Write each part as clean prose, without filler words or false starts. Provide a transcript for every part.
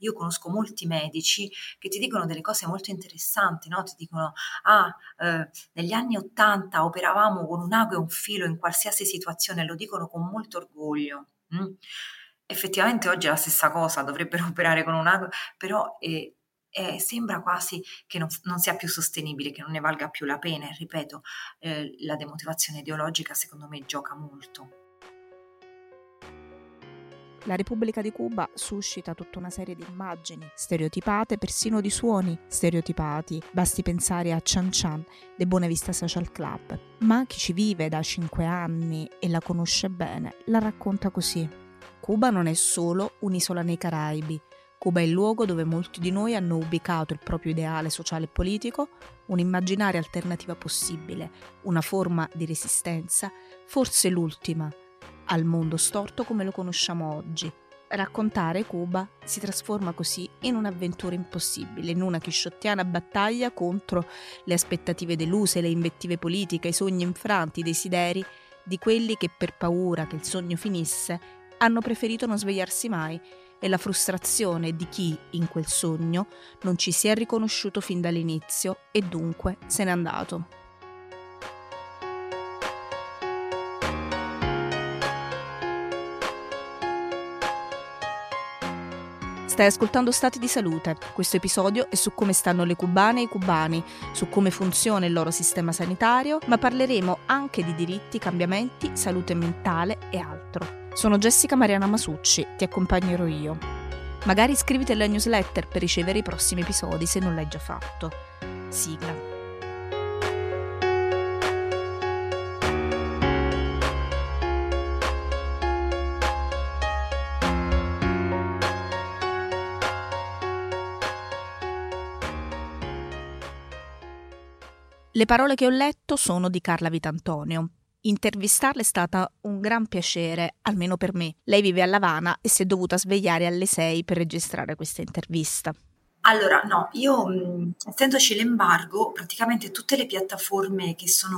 io conosco molti medici che ti dicono delle cose molto interessanti, no? Ti dicono, negli anni '80 operavamo con un ago e un filo in qualsiasi situazione, lo dicono con molto orgoglio. Effettivamente oggi è la stessa cosa, dovrebbero operare con un ago, però sembra quasi che non sia più sostenibile, che non ne valga più la pena. E ripeto, la demotivazione ideologica secondo me gioca molto. La Repubblica di Cuba suscita tutta una serie di immagini stereotipate, persino di suoni stereotipati. Basti pensare a Chan Chan dei Buena Vista Social Club. Ma chi ci vive da 5 anni e la conosce bene la racconta così. Cuba non è solo un'isola nei Caraibi. Cuba è il luogo dove molti di noi hanno ubicato il proprio ideale sociale e politico, un'immaginaria alternativa possibile, una forma di resistenza, forse l'ultima, al mondo storto come lo conosciamo oggi. Raccontare Cuba si trasforma così in un'avventura impossibile, in una chisciottiana battaglia contro le aspettative deluse, le invettive politiche, i sogni infranti, i desideri di quelli che per paura che il sogno finisse hanno preferito non svegliarsi mai, e la frustrazione di chi in quel sogno non ci si è riconosciuto fin dall'inizio e dunque se n'è andato. Stai ascoltando Stati di Salute. Questo episodio è su come stanno le cubane e i cubani, su come funziona il loro sistema sanitario, ma parleremo anche di diritti, cambiamenti, salute mentale e altro. Sono Jessica Mariana Masucci, ti accompagnerò io. Magari iscriviti alla newsletter per ricevere i prossimi episodi se non l'hai già fatto. Sigla. Le parole che ho letto sono di Carla Vitantonio. Intervistarla è stata un gran piacere, almeno per me. Lei vive a L'Avana e si è dovuta svegliare alle 6 per registrare questa intervista. Allora, no, io essendoci l'embargo, praticamente tutte le piattaforme che sono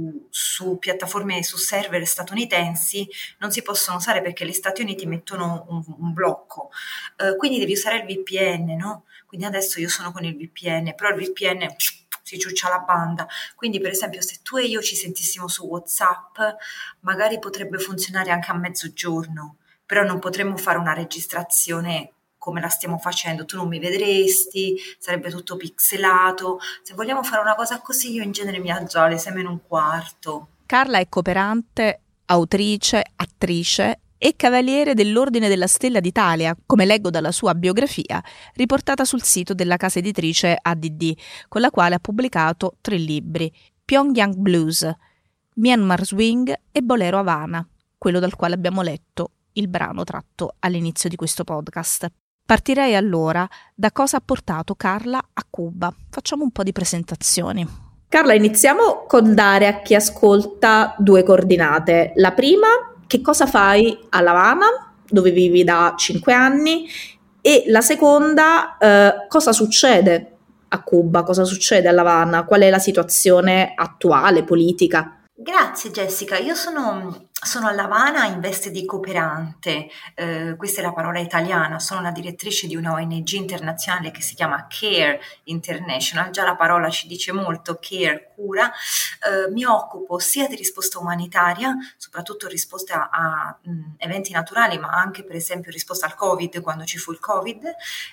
su piattaforme su server statunitensi non si possono usare perché gli Stati Uniti mettono un blocco. Quindi devi usare il VPN, no? Quindi adesso io sono con il VPN, però il VPN si ciuccia la banda. Quindi, per esempio, se tu e io ci sentissimo su WhatsApp, magari potrebbe funzionare anche a mezzogiorno, però non potremmo fare una registrazione come la stiamo facendo, tu non mi vedresti, sarebbe tutto pixelato. Se vogliamo fare una cosa così, io in genere mi alzo alle 6:15. Carla è cooperante, autrice, attrice e cavaliere dell'Ordine della Stella d'Italia, come leggo dalla sua biografia, riportata sul sito della casa editrice ADD, con la quale ha pubblicato 3 libri: Pyongyang Blues, Myanmar Swing e Bolero Havana, quello dal quale abbiamo letto il brano tratto all'inizio di questo podcast. Partirei allora da cosa ha portato Carla a Cuba. Facciamo un po' di presentazioni. Carla, iniziamo con dare a chi ascolta 2 coordinate. La prima, che cosa fai a L'Avana, dove vivi da 5 anni, e la seconda, cosa succede a Cuba, cosa succede a L'Avana, qual è la situazione attuale, politica? Grazie Jessica, io sono a L'Avana in veste di cooperante, questa è la parola italiana, sono la direttrice di una ONG internazionale che si chiama CARE International, già la parola ci dice molto, CARE, cura. Mi occupo sia di risposta umanitaria, soprattutto risposta a eventi naturali, ma anche per esempio risposta al Covid, quando ci fu il Covid,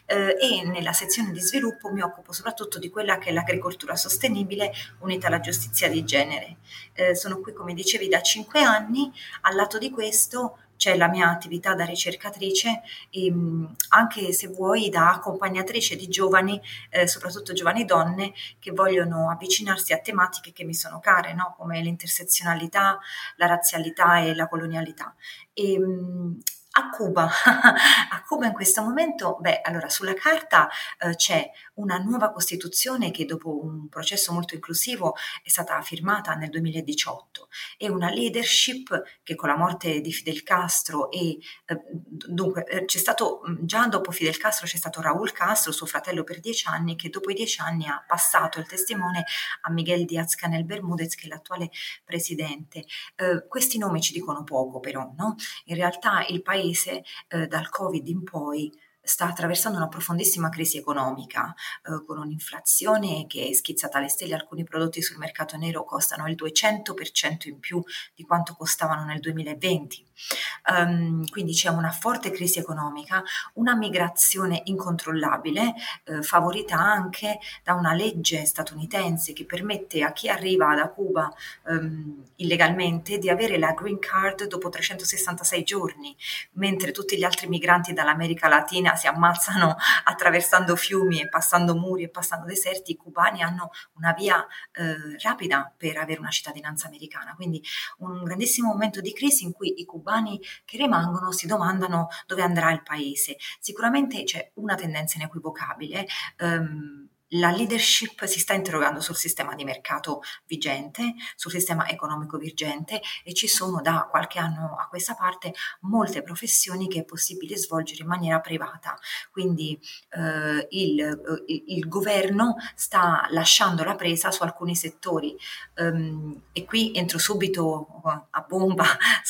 e nella sezione di sviluppo mi occupo soprattutto di quella che è l'agricoltura sostenibile unita alla giustizia di genere. Sono qui, come dicevi, da 5 anni. Al lato di questo c'è la mia attività da ricercatrice e anche, se vuoi, da accompagnatrice di giovani, soprattutto giovani donne che vogliono avvicinarsi a tematiche che mi sono care, no? Come l'intersezionalità, la razzialità e la colonialità. A Cuba, a Cuba in questo momento, allora sulla carta c'è una nuova Costituzione che dopo un processo molto inclusivo è stata firmata nel 2018 e una leadership che con la morte di Fidel Castro dunque c'è stato, già dopo Fidel Castro c'è stato Raúl Castro, suo fratello per 10 anni, che dopo i 10 anni ha passato il testimone a Miguel Díaz-Canel Bermúdez, che è l'attuale presidente. Questi nomi ci dicono poco però, no? In realtà il paese dal Covid in poi sta attraversando una profondissima crisi economica, con un'inflazione che è schizzata alle stelle. Alcuni prodotti sul mercato nero costano il 200% in più di quanto costavano nel 2020. Quindi c'è una forte crisi economica, una migrazione incontrollabile, favorita anche da una legge statunitense che permette a chi arriva da Cuba illegalmente di avere la green card dopo 366 giorni, mentre tutti gli altri migranti dall'America Latina si ammazzano attraversando fiumi e passando muri e passando deserti. I cubani hanno una via rapida per avere una cittadinanza americana, quindi un grandissimo momento di crisi in cui i cubani che rimangono si domandano dove andrà il paese. Sicuramente c'è una tendenza inequivocabile. La leadership si sta interrogando sul sistema di mercato vigente, sul sistema economico vigente, e ci sono da qualche anno a questa parte molte professioni che è possibile svolgere in maniera privata. Quindi il governo sta lasciando la presa su alcuni settori, e qui entro subito a bomba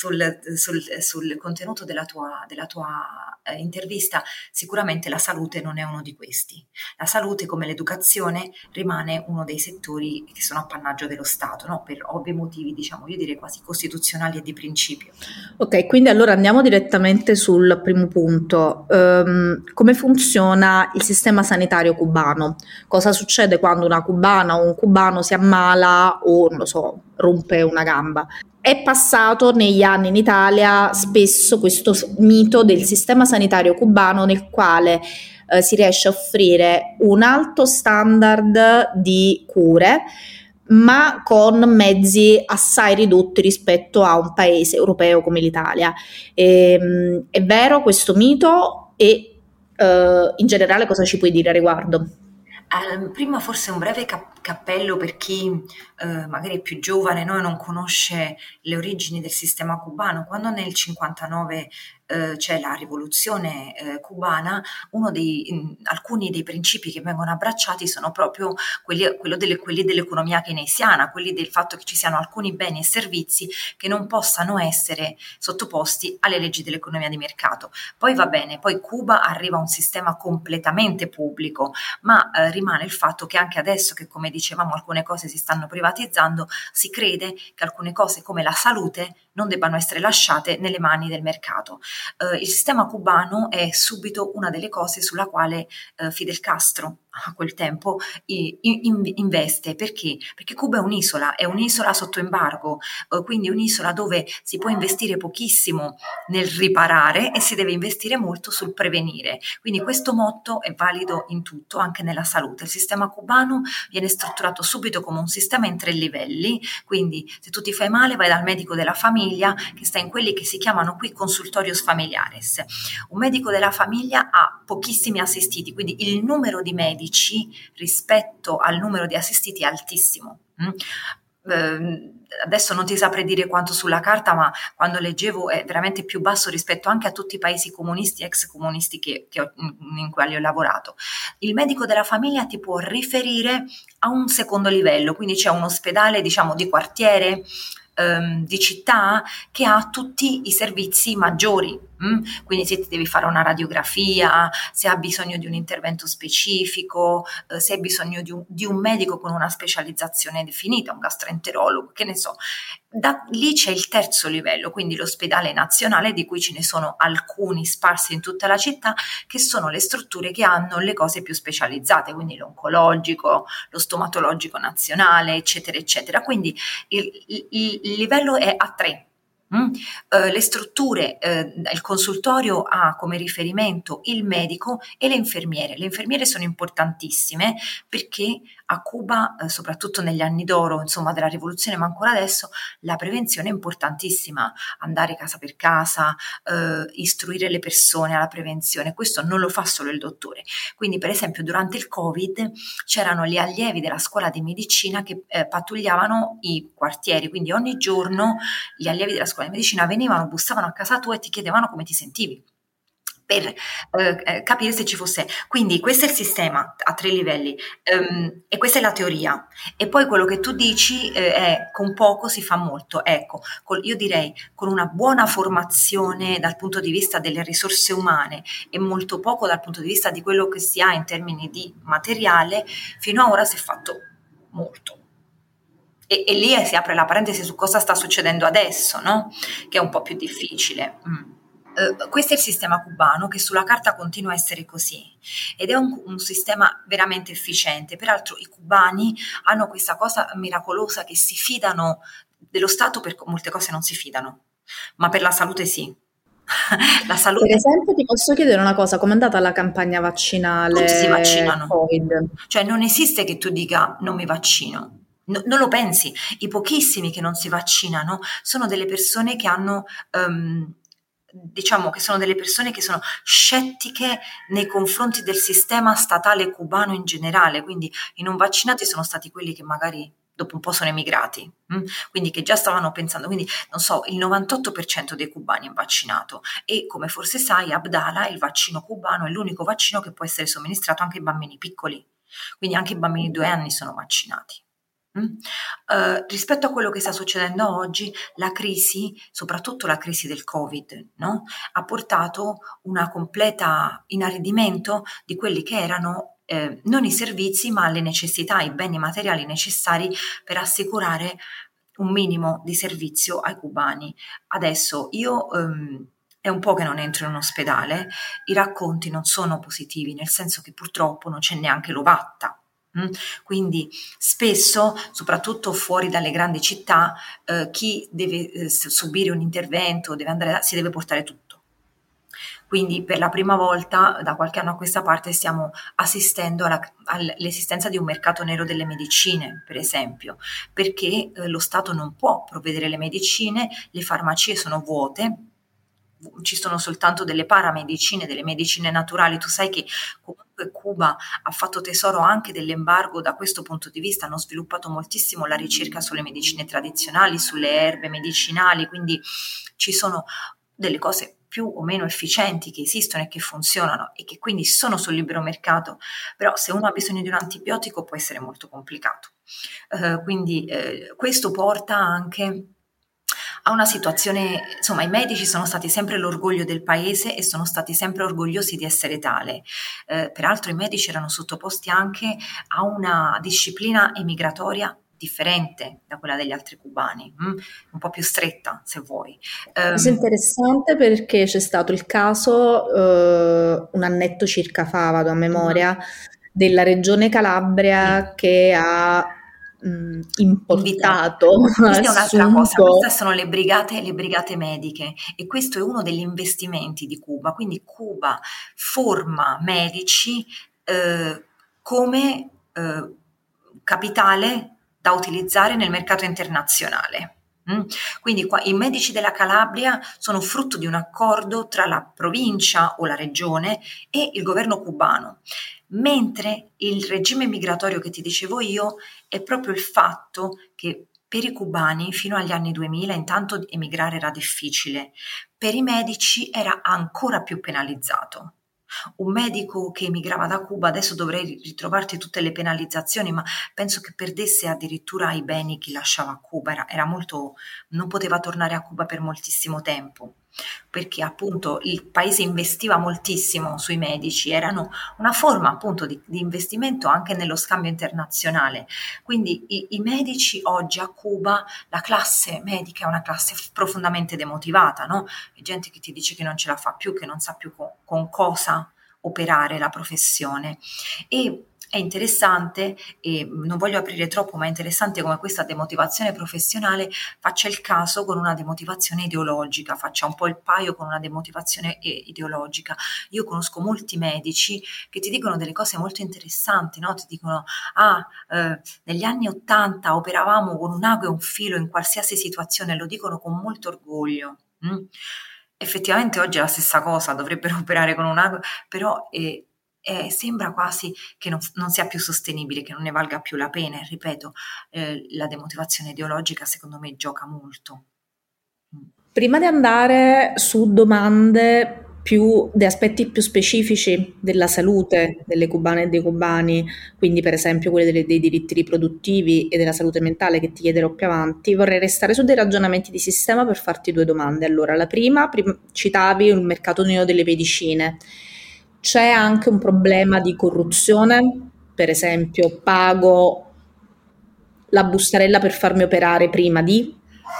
sul contenuto della tua intervista. Sicuramente la salute non è uno di questi. La salute, come l'educazione, rimane uno dei settori che sono appannaggio dello Stato, no? Per ovvi motivi, diciamo, io direi quasi costituzionali e di principio. Ok, quindi allora andiamo direttamente sul primo punto. Come funziona il sistema sanitario cubano? Cosa succede quando una cubana o un cubano si ammala o, non lo so, rompe una gamba? È passato negli anni in Italia spesso questo mito del sistema sanitario cubano nel quale si riesce a offrire un alto standard di cure, ma con mezzi assai ridotti rispetto a un paese europeo come l'Italia. È vero questo mito e in generale cosa ci puoi dire a riguardo? Prima forse un breve cappello per chi magari è più giovane, no, e non conosce le origini del sistema cubano. Quando nel 59 c'è la rivoluzione cubana, alcuni dei principi che vengono abbracciati sono proprio quelli dell'economia keynesiana, quelli del fatto che ci siano alcuni beni e servizi che non possano essere sottoposti alle leggi dell'economia di mercato. Poi va bene, poi Cuba arriva a un sistema completamente pubblico, ma rimane il fatto che anche adesso che, come dicevamo, alcune cose si stanno privatizzando, si crede che alcune cose come la salute non debbano essere lasciate nelle mani del mercato. Il sistema cubano è subito una delle cose sulla quale Fidel Castro a quel tempo investe. Perché? Perché Cuba è un'isola sotto embargo, quindi un'isola dove si può investire pochissimo nel riparare e si deve investire molto sul prevenire. Quindi questo motto è valido in tutto, anche nella salute. Il sistema cubano viene strutturato subito come un sistema in 3 livelli, quindi se tu ti fai male vai dal medico della famiglia, che sta in quelli che si chiamano qui consultorios familiares. Un medico della famiglia ha pochissimi assistiti, quindi il numero di medici rispetto al numero di assistiti è altissimo. Adesso non ti saprei dire quanto sulla carta, ma quando leggevo è veramente più basso rispetto anche a tutti i paesi comunisti, ex comunisti in quali ho lavorato. Il medico della famiglia ti può riferire a un secondo livello, quindi c'è un ospedale, diciamo, di quartiere, di città, che ha tutti i servizi maggiori. Quindi se ti devi fare una radiografia, se hai bisogno di un intervento specifico, se hai bisogno di un medico con una specializzazione definita, un gastroenterologo, che ne so. Da lì c'è il terzo livello, quindi l'ospedale nazionale, di cui ce ne sono alcuni sparsi in tutta la città, che sono le strutture che hanno le cose più specializzate, quindi l'oncologico, lo stomatologico nazionale, eccetera, eccetera. Quindi il livello è a 3. Le strutture, il consultorio ha come riferimento il medico e le infermiere. Le infermiere sono importantissime perché a Cuba, soprattutto negli anni d'oro, insomma, della rivoluzione, ma ancora adesso, la prevenzione è importantissima. Andare casa per casa, istruire le persone alla prevenzione, questo non lo fa solo il dottore. Quindi, per esempio, durante il Covid c'erano gli allievi della scuola di medicina che pattugliavano i quartieri, quindi ogni giorno gli allievi della scuola di medicina venivano, bussavano a casa tua e ti chiedevano come ti sentivi. per capire se ci fosse. Quindi questo è il sistema a 3 livelli, e questa è la teoria. E poi quello che tu dici è con poco si fa molto. Ecco, io direi con una buona formazione dal punto di vista delle risorse umane e molto poco dal punto di vista di quello che si ha in termini di materiale, fino a ora si è fatto molto. E lì si apre la parentesi su cosa sta succedendo adesso, no? Che è un po' più difficile. Questo è il sistema cubano che sulla carta continua a essere così ed è un sistema veramente efficiente. Peraltro i cubani hanno questa cosa miracolosa che si fidano dello Stato, per molte cose non si fidano, ma per la salute sì. La Per salute, esempio, ti posso chiedere una cosa, com'è andata la campagna tutti si vaccinale vaccinano. Covid? Cioè non esiste che tu dica non mi vaccino. Non lo pensi. I pochissimi che non si vaccinano sono delle persone che hanno, diciamo che sono delle persone che sono scettiche nei confronti del sistema statale cubano in generale, quindi i non vaccinati sono stati quelli che magari dopo un po' sono emigrati, quindi che già stavano pensando, quindi non so, il 98% dei cubani è vaccinato e come forse sai Abdala, il vaccino cubano, è l'unico vaccino che può essere somministrato anche ai bambini piccoli, quindi anche i bambini di 2 anni sono vaccinati. Rispetto a quello che sta succedendo oggi, la crisi, soprattutto la crisi del Covid, no? Ha portato una completa inaridimento di quelli che erano non i servizi, ma le necessità, i beni materiali necessari per assicurare un minimo di servizio ai cubani. Adesso io è un po' che non entro in un ospedale, i racconti non sono positivi, nel senso che purtroppo non c'è neanche l'ovatta. Quindi spesso, soprattutto fuori dalle grandi città, chi deve subire un intervento, si deve portare tutto. Quindi per la prima volta da qualche anno a questa parte stiamo assistendo all'esistenza di un mercato nero delle medicine, per esempio, perché lo Stato non può provvedere le medicine, le farmacie sono vuote, ci sono soltanto delle paramedicine, delle medicine naturali. Tu sai che comunque Cuba ha fatto tesoro anche dell'embargo da questo punto di vista, hanno sviluppato moltissimo la ricerca sulle medicine tradizionali, sulle erbe medicinali, quindi ci sono delle cose più o meno efficienti che esistono e che funzionano e che quindi sono sul libero mercato, però se uno ha bisogno di un antibiotico può essere molto complicato. Quindi questo porta anche a una situazione, insomma, i medici sono stati sempre l'orgoglio del paese e sono stati sempre orgogliosi di essere tale. Peraltro i medici erano sottoposti anche a una disciplina emigratoria differente da quella degli altri cubani, un po' più stretta, se vuoi. Questo è interessante perché c'è stato il caso, un annetto circa fa, vado a memoria, della regione Calabria che ha Invitato. importato, Questa è un'altra cosa, assunto. queste sono le brigate mediche e questo è uno degli investimenti di Cuba. Quindi Cuba forma medici come capitale da utilizzare nel mercato internazionale. Quindi qua, i medici della Calabria sono frutto di un accordo tra la provincia o la regione e il governo cubano, mentre il regime migratorio che ti dicevo io è proprio il fatto che per i cubani fino agli anni 2000 intanto emigrare era difficile, per i medici era ancora più penalizzato. Un medico che emigrava da Cuba, adesso dovrei ritrovarti tutte le penalizzazioni, ma penso che perdesse addirittura i beni che lasciava a Cuba, era molto, non poteva tornare a Cuba per moltissimo tempo, perché appunto il paese investiva moltissimo sui medici, erano una forma appunto di investimento anche nello scambio internazionale. Quindi i medici oggi a Cuba, la classe medica è una classe profondamente demotivata, no? È gente che ti dice che non ce la fa più, che non sa più con cosa operare la professione. E è interessante, e non voglio aprire troppo, ma è interessante come questa demotivazione professionale faccia il caso con una demotivazione ideologica, faccia un po' il paio con una demotivazione ideologica. Io conosco molti medici che ti dicono delle cose molto interessanti, no? Ti dicono, negli anni '80 operavamo con un ago e un filo in qualsiasi situazione, lo dicono con molto orgoglio. Effettivamente oggi è la stessa cosa, dovrebbero operare con un ago, però sembra quasi che non sia più sostenibile, che non ne valga più la pena. E ripeto, la demotivazione ideologica secondo me gioca molto. Prima di andare su domande più di aspetti più specifici della salute delle cubane e dei cubani, quindi per esempio quelli dei diritti riproduttivi e della salute mentale che ti chiederò più avanti, vorrei restare su dei ragionamenti di sistema per farti due domande. Allora, la prima citavi il mercato nero delle medicine. C'è anche un problema di corruzione? Per esempio, pago la bustarella per farmi operare prima di?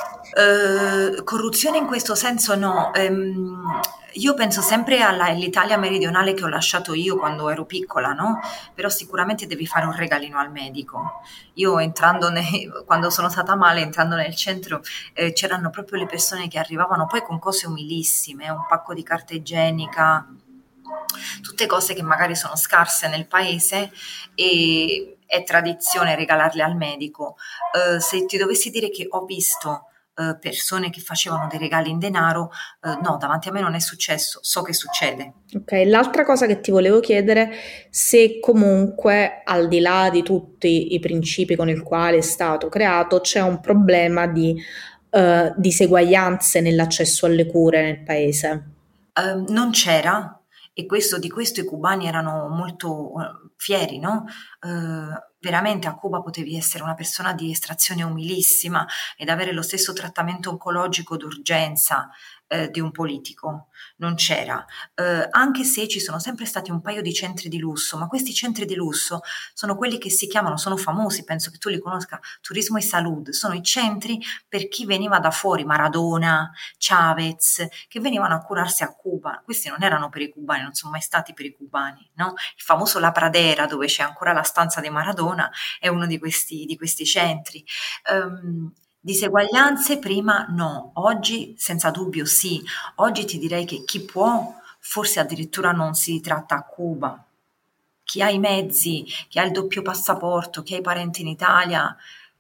Corruzione in questo senso no. Io penso sempre all'Italia meridionale che ho lasciato io quando ero piccola, no? Però sicuramente devi fare un regalino al medico. Io quando sono stata male, entrando nel centro, c'erano proprio le persone che arrivavano poi con cose umilissime, un pacco di carta igienica, tutte cose che magari sono scarse nel paese e è tradizione regalarle al medico. Se ti dovessi dire che ho visto persone che facevano dei regali in denaro, no, davanti a me non è successo, so che succede. Ok, l'altra cosa che ti volevo chiedere, se comunque al di là di tutti i principi con il quale è stato creato, c'è un problema di diseguaglianze nell'accesso alle cure nel paese. Non c'era, e di questo i cubani erano molto fieri, no? Veramente a Cuba potevi essere una persona di estrazione umilissima ed avere lo stesso trattamento oncologico d'urgenza di un politico. Non c'era, anche se ci sono sempre stati un paio di centri di lusso, ma questi centri di lusso sono quelli che si chiamano, sono famosi, penso che tu li conosca, Turismo e Salud, sono i centri per chi veniva da fuori, Maradona, Chavez, che venivano a curarsi a Cuba. Questi non erano per i cubani, non sono mai stati per i cubani, no? Il famoso La Pradera, dove c'è ancora la stanza di Maradona, è uno di questi centri. Diseguaglianze prima no, oggi senza dubbio sì. Oggi ti direi che chi può, forse addirittura non si tratta a Cuba. Chi ha i mezzi, chi ha il doppio passaporto, chi ha i parenti in Italia,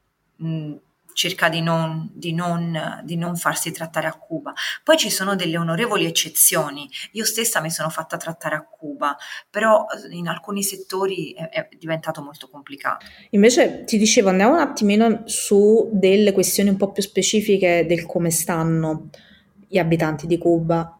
cerca di non farsi trattare a Cuba. Poi ci sono delle onorevoli eccezioni. Io stessa mi sono fatta trattare a Cuba, però in alcuni settori è diventato molto complicato. Invece ti dicevo, andiamo un attimino su delle questioni un po' più specifiche del come stanno gli abitanti di Cuba.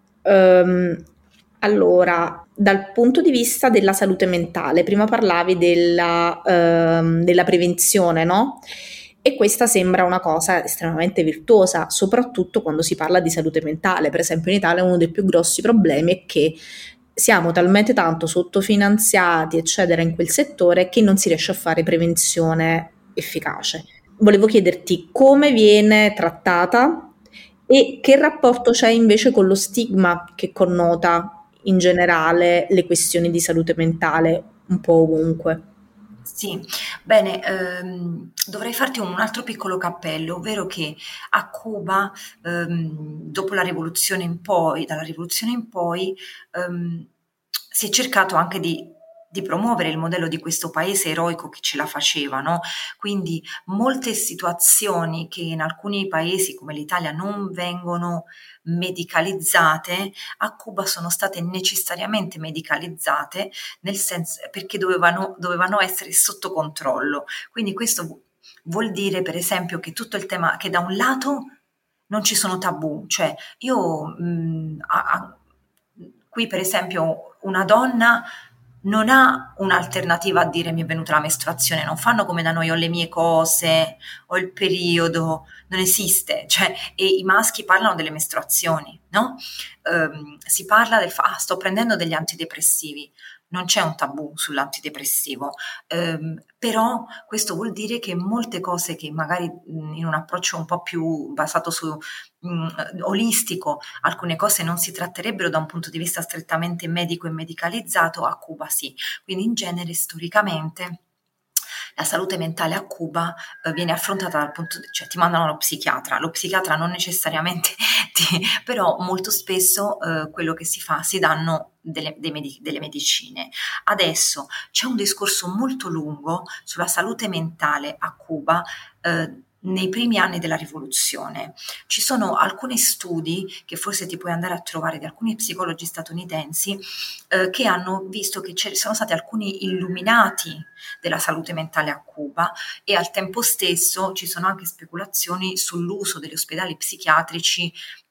Allora, dal punto di vista della salute mentale, prima parlavi della prevenzione, no? E questa sembra una cosa estremamente virtuosa, soprattutto quando si parla di salute mentale. Per esempio in Italia uno dei più grossi problemi è che siamo talmente tanto sottofinanziati, eccetera, in quel settore che non si riesce a fare prevenzione efficace. Volevo chiederti come viene trattata e che rapporto c'è invece con lo stigma che connota in generale le questioni di salute mentale un po' ovunque. Sì, bene, dovrei farti un altro piccolo cappello, ovvero che a Cuba, dopo la rivoluzione in poi, dalla rivoluzione in poi, si è cercato anche di promuovere il modello di questo paese eroico che ce la faceva, no? Quindi molte situazioni che in alcuni paesi come l'Italia non vengono medicalizzate, a Cuba sono state necessariamente medicalizzate nel senso perché dovevano essere sotto controllo. Quindi questo vuol dire, per esempio, che tutto il tema, che da un lato non ci sono tabù, cioè io qui per esempio una donna non ha un'alternativa a dire mi è venuta la mestruazione, non fanno come da noi ho le mie cose, ho il periodo, non esiste, cioè, e i maschi parlano delle mestruazioni, no? Si parla sto prendendo degli antidepressivi, non c'è un tabù sull'antidepressivo, però questo vuol dire che molte cose che magari in un approccio un po' più basato su olistico, alcune cose non si tratterebbero da un punto di vista strettamente medico e medicalizzato, a Cuba sì. Quindi in genere storicamente la salute mentale a Cuba viene affrontata cioè ti mandano lo psichiatra non necessariamente, però molto spesso quello che si fa, si danno delle medicine. Adesso c'è un discorso molto lungo sulla salute mentale a Cuba nei primi anni della rivoluzione. Ci sono alcuni studi che forse ti puoi andare a trovare di alcuni psicologi statunitensi che hanno visto che ci sono stati alcuni illuminati della salute mentale a Cuba e al tempo stesso ci sono anche speculazioni sull'uso degli ospedali psichiatrici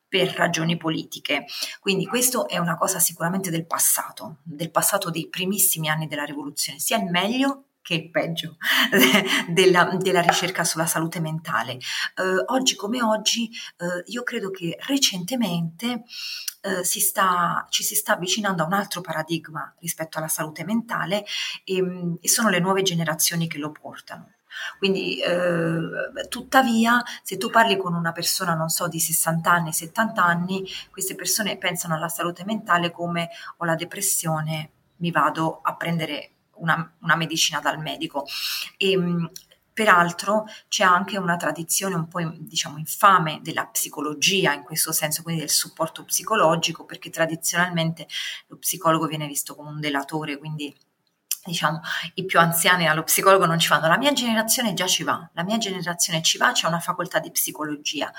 per ragioni politiche. Quindi questo è una cosa sicuramente del passato dei primissimi anni della rivoluzione, sia il meglio che il peggio della ricerca sulla salute mentale. Oggi come oggi, io credo che recentemente ci si sta avvicinando a un altro paradigma rispetto alla salute mentale e sono le nuove generazioni che lo portano. Quindi, tuttavia, se tu parli con una persona, non so, di 60 anni, 70 anni, queste persone pensano alla salute mentale come ho la depressione, mi vado a prendere una medicina dal medico. E, peraltro c'è anche una tradizione un po' diciamo infame della psicologia in questo senso, quindi del supporto psicologico, perché tradizionalmente lo psicologo viene visto come un delatore, quindi diciamo i più anziani allo psicologo non ci vanno. La mia generazione già ci va, la mia generazione ci va, c'è una facoltà di psicologia.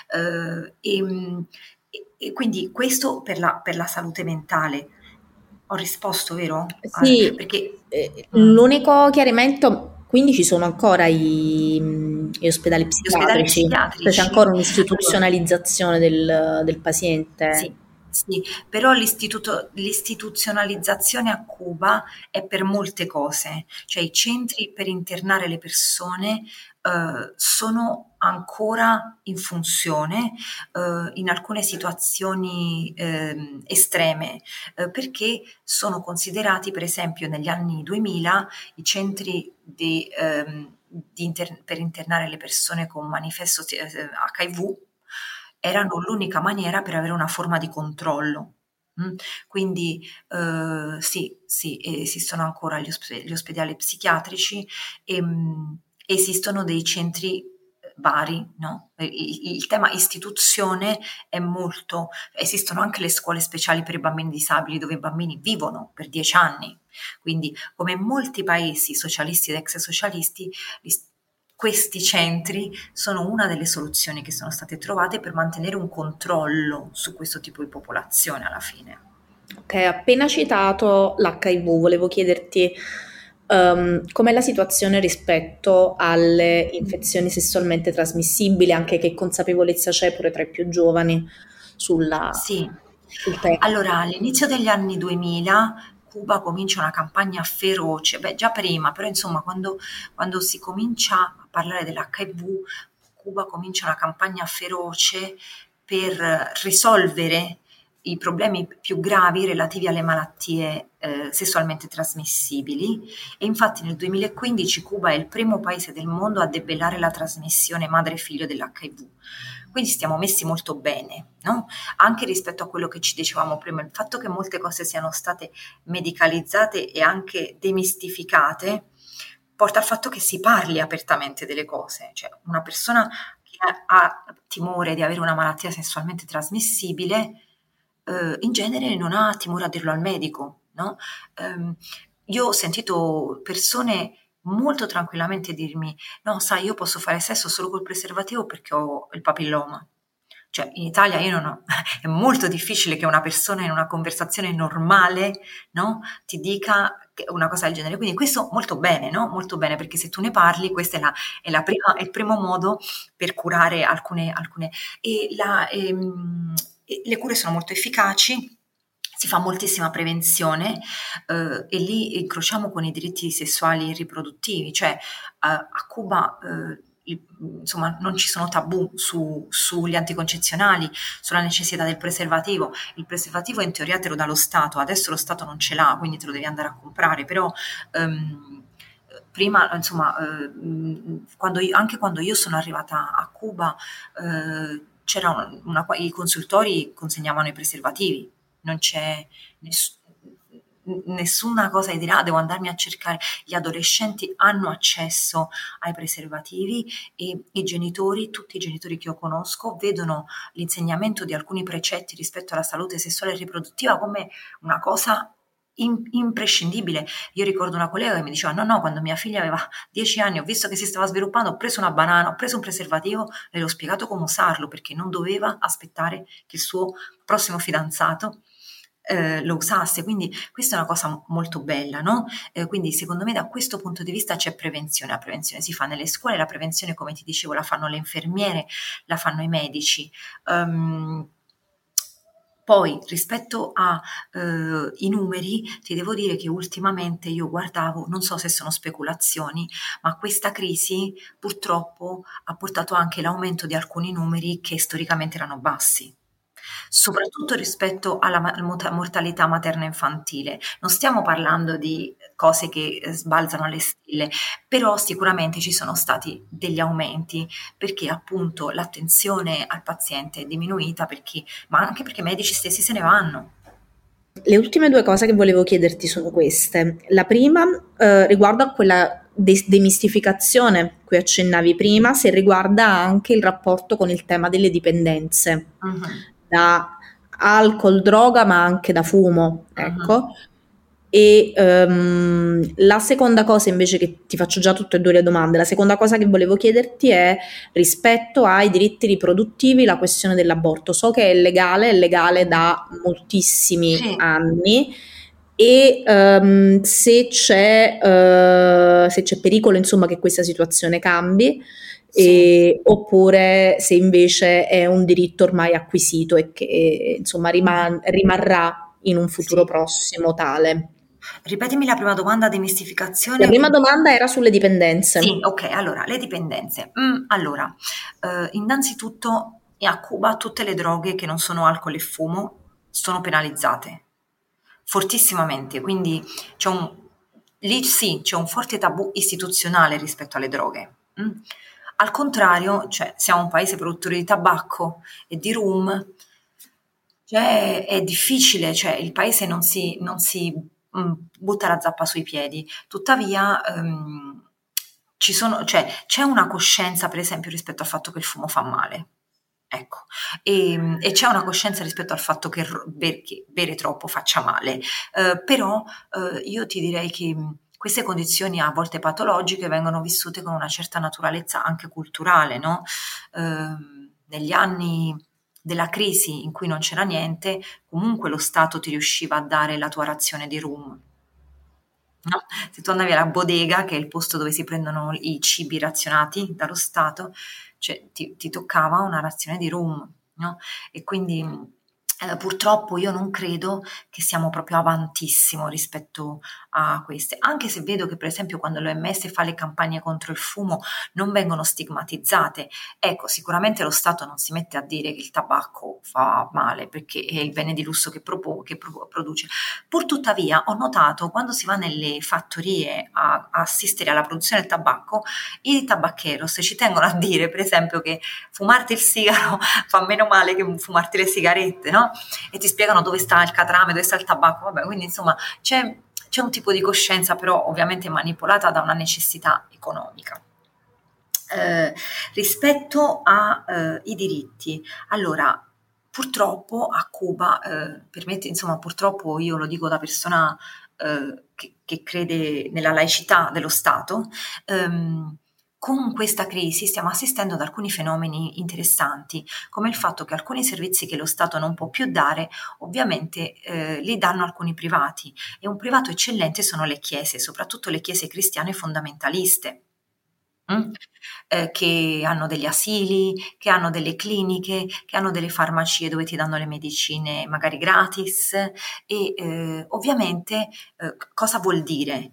E quindi questo per la salute mentale. Ho risposto, vero? Sì, Perché l'unico chiarimento, quindi ci sono ancora gli ospedali gli ospedali psichiatrici, cioè c'è psichiatrici, ancora allora, un'istituzionalizzazione del paziente. sì, sì, però l'istituzionalizzazione a Cuba è per molte cose, cioè i centri per internare le persone sono ancora in funzione in alcune situazioni estreme, perché sono considerati, per esempio, negli anni 2000 i centri per internare le persone con manifesto HIV erano l'unica maniera per avere una forma di controllo. Quindi sì, sì, esistono ancora gli ospedali psichiatrici e esistono dei centri vari, no? Il tema istituzione è molto, esistono anche le scuole speciali per i bambini disabili dove i bambini vivono per 10 anni, quindi come in molti paesi socialisti ed ex socialisti, questi centri sono una delle soluzioni che sono state trovate per mantenere un controllo su questo tipo di popolazione alla fine. Ok, appena citato l'HIV, volevo chiederti com'è la situazione rispetto alle infezioni sessualmente trasmissibili, anche che consapevolezza c'è pure tra i più giovani Sì, sul tema. allora all'inizio degli anni 2000 Cuba comincia una campagna feroce, beh già prima, però insomma quando si comincia a parlare dell'HIV, Cuba comincia una campagna feroce per risolvere i problemi più gravi relativi alle malattie sessualmente trasmissibili e infatti nel 2015 Cuba è il primo paese del mondo a debellare la trasmissione madre-figlio dell'HIV. Quindi stiamo messi molto bene, no? Anche rispetto a quello che ci dicevamo prima, il fatto che molte cose siano state medicalizzate e anche demistificate porta al fatto che si parli apertamente delle cose, cioè una persona che ha timore di avere una malattia sessualmente trasmissibile, in genere non ha timore a dirlo al medico, no? Ehm, io ho sentito persone molto tranquillamente dirmi: no, sai, io posso fare sesso solo col preservativo perché ho il papilloma. Cioè, in Italia io non ho, è molto difficile che una persona in una conversazione normale, no, ti dica una cosa del genere. Quindi questo molto bene, no? Molto bene, perché se tu ne parli, questa è il primo modo per curare alcune e le cure sono molto efficaci. Si fa moltissima prevenzione e lì incrociamo con i diritti sessuali e riproduttivi, cioè a Cuba insomma non ci sono tabù sugli anticoncezionali, sulla necessità del preservativo. Il preservativo in teoria te lo dà lo Stato, adesso lo Stato non ce l'ha, quindi te lo devi andare a comprare, però prima, insomma, anche quando io sono arrivata a Cuba, c'era i consultori consegnavano i preservativi, non c'è nessuna cosa di dire, ah, devo andarmi a cercare. Gli adolescenti hanno accesso ai preservativi e i genitori, tutti i genitori che io conosco, vedono l'insegnamento di alcuni precetti rispetto alla salute sessuale e riproduttiva come una cosa imprescindibile. Io ricordo una collega che mi diceva: no, no, quando mia figlia aveva 10 anni, ho visto che si stava sviluppando, ho preso una banana, ho preso un preservativo, le ho spiegato come usarlo perché non doveva aspettare che il suo prossimo fidanzato lo usasse, quindi questa è una cosa molto bella, no? Quindi secondo me da questo punto di vista c'è prevenzione, la prevenzione si fa nelle scuole, la prevenzione come ti dicevo la fanno le infermiere, la fanno i medici. Poi rispetto ai numeri, ti devo dire che ultimamente io guardavo, non so se sono speculazioni, ma questa crisi purtroppo ha portato anche l'aumento di alcuni numeri che storicamente erano bassi, soprattutto rispetto alla mortalità materna infantile. Non stiamo parlando di cose che sbalzano alle stelle, però sicuramente ci sono stati degli aumenti perché appunto l'attenzione al paziente è diminuita, ma anche perché i medici stessi se ne vanno. Le ultime due cose che volevo chiederti sono queste. La prima riguardo a quella demistificazione cui accennavi prima, se riguarda anche il rapporto con il tema delle dipendenze, Mhm, da alcol, droga, ma anche da fumo, mhm. ecco. E la seconda cosa invece, che ti faccio già tutte e due le domande, la seconda cosa che volevo chiederti è rispetto ai diritti riproduttivi, la questione dell'aborto. So che è legale da moltissimi Sì, anni e se c'è pericolo, insomma, che questa situazione cambi, sì, oppure se invece è un diritto ormai acquisito e che insomma rimarrà in un futuro sì. prossimo tale. Ripetimi la prima domanda, La demistificazione. prima domanda era sulle Sì, dipendenze. ok, allora, le dipendenze. Allora, innanzitutto a Cuba tutte le droghe che non sono alcol e fumo sono penalizzate fortissimamente, quindi lì sì, c'è un forte tabù istituzionale rispetto alle droghe. Al contrario, cioè, siamo un paese produttore di tabacco e di rum, cioè, è difficile, cioè, il paese non si butta la zappa sui piedi. Tuttavia, cioè, c'è una coscienza, per esempio, rispetto al fatto che il fumo fa male. Ecco, e c'è una coscienza rispetto al fatto che bere troppo faccia male. Però io ti direi che queste condizioni a volte patologiche vengono vissute con una certa naturalezza anche culturale, no? Negli anni della crisi in cui non c'era niente, comunque lo Stato ti riusciva a dare la tua razione di rum. No? Se tu andavi alla bodega, che è il posto dove si prendono i cibi razionati dallo Stato, cioè ti toccava una razione di rum, no? E quindi purtroppo io non credo che siamo proprio avantissimo rispetto a queste, anche se vedo che per esempio quando l'OMS fa le campagne contro il fumo non vengono stigmatizzate. Ecco, sicuramente lo Stato non si mette a dire che il tabacco fa male perché è il bene di lusso che produce. Purtuttavia ho notato quando si va nelle fattorie a assistere alla produzione del tabacco, i tabaccheros ci tengono a dire per esempio che fumarti il sigaro fa meno male che fumarti le sigarette, no? E ti spiegano dove sta il catrame, dove sta il tabacco, vabbè, quindi insomma c'è un tipo di coscienza però ovviamente manipolata da una necessità economica. Eh, Rispetto ai diritti, allora purtroppo a Cuba, insomma purtroppo io lo dico da persona che crede nella laicità dello Stato, con questa crisi stiamo assistendo ad alcuni fenomeni interessanti, come il fatto che alcuni servizi che lo Stato non può più dare, ovviamente li danno alcuni privati, e un privato eccellente sono le chiese, soprattutto le chiese cristiane fondamentaliste. Mh? Che hanno degli asili, che hanno delle cliniche, che hanno delle farmacie dove ti danno le medicine magari gratis e, ovviamente, cosa vuol dire?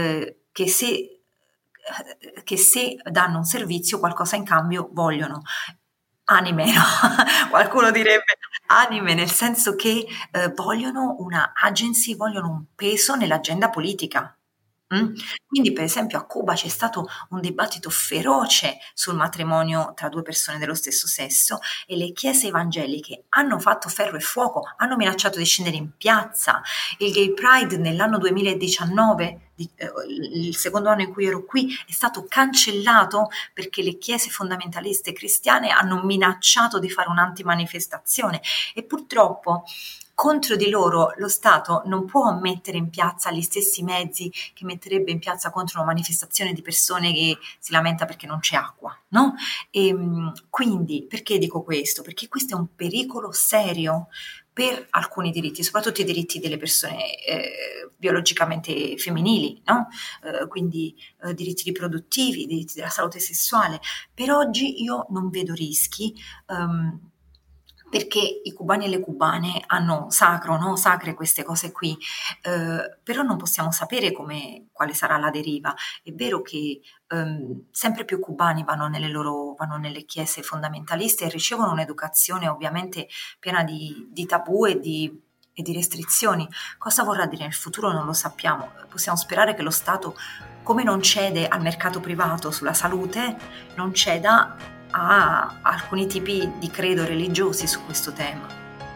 Che se danno un servizio qualcosa in cambio vogliono. Anime, no, qualcuno direbbe anime, nel senso che, vogliono una agency, vogliono un peso nell'agenda politica. Mh? Quindi per esempio a Cuba c'è stato un dibattito feroce sul matrimonio tra 2 persone dello stesso sesso e le chiese evangeliche hanno fatto ferro e fuoco, hanno minacciato di scendere in piazza. Il Gay Pride nell'anno 2019, il secondo anno in cui ero qui, è stato cancellato perché le chiese fondamentaliste cristiane hanno minacciato di fare un'antimanifestazione e purtroppo contro di loro lo Stato non può mettere in piazza gli stessi mezzi che metterebbe in piazza contro una manifestazione di persone che si lamenta perché non c'è acqua, no? Quindi perché dico questo? Perché questo è un pericolo serio per alcuni diritti, soprattutto i diritti delle persone biologicamente femminili, no? Quindi diritti riproduttivi, diritti della salute sessuale. Per oggi io non vedo rischi, ehm, perché i cubani e le cubane hanno sacre queste cose qui, però non possiamo sapere quale sarà la deriva. È vero che sempre più cubani vanno nelle chiese fondamentaliste e ricevono un'educazione ovviamente piena di tabù e di restrizioni. Cosa vorrà dire nel futuro non lo sappiamo. Possiamo sperare che lo Stato, come non cede al mercato privato sulla salute, non ceda a alcuni tipi di credo religiosi su questo tema.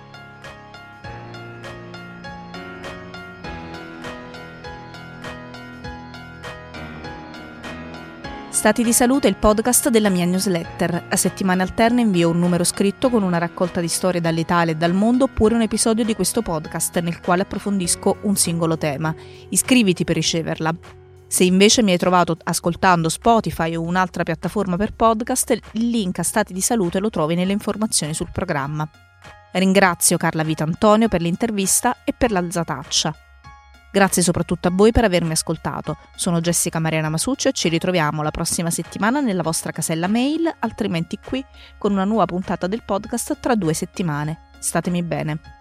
Stati di Salute è il podcast della mia newsletter. A settimane alterne invio un numero scritto con una raccolta di storie dall'Italia e dal mondo, oppure un episodio di questo podcast nel quale approfondisco un singolo tema. Iscriviti per riceverla. Se invece mi hai trovato ascoltando Spotify o un'altra piattaforma per podcast, il link a Stati di Salute lo trovi nelle informazioni sul programma. Ringrazio Carla Vita Antonio per l'intervista e per l'alzataccia. Grazie soprattutto a voi per avermi ascoltato. Sono Jessica Mariana Masuccio e ci ritroviamo la prossima settimana nella vostra casella mail, altrimenti qui con una nuova puntata del podcast tra 2 settimane. Statemi bene.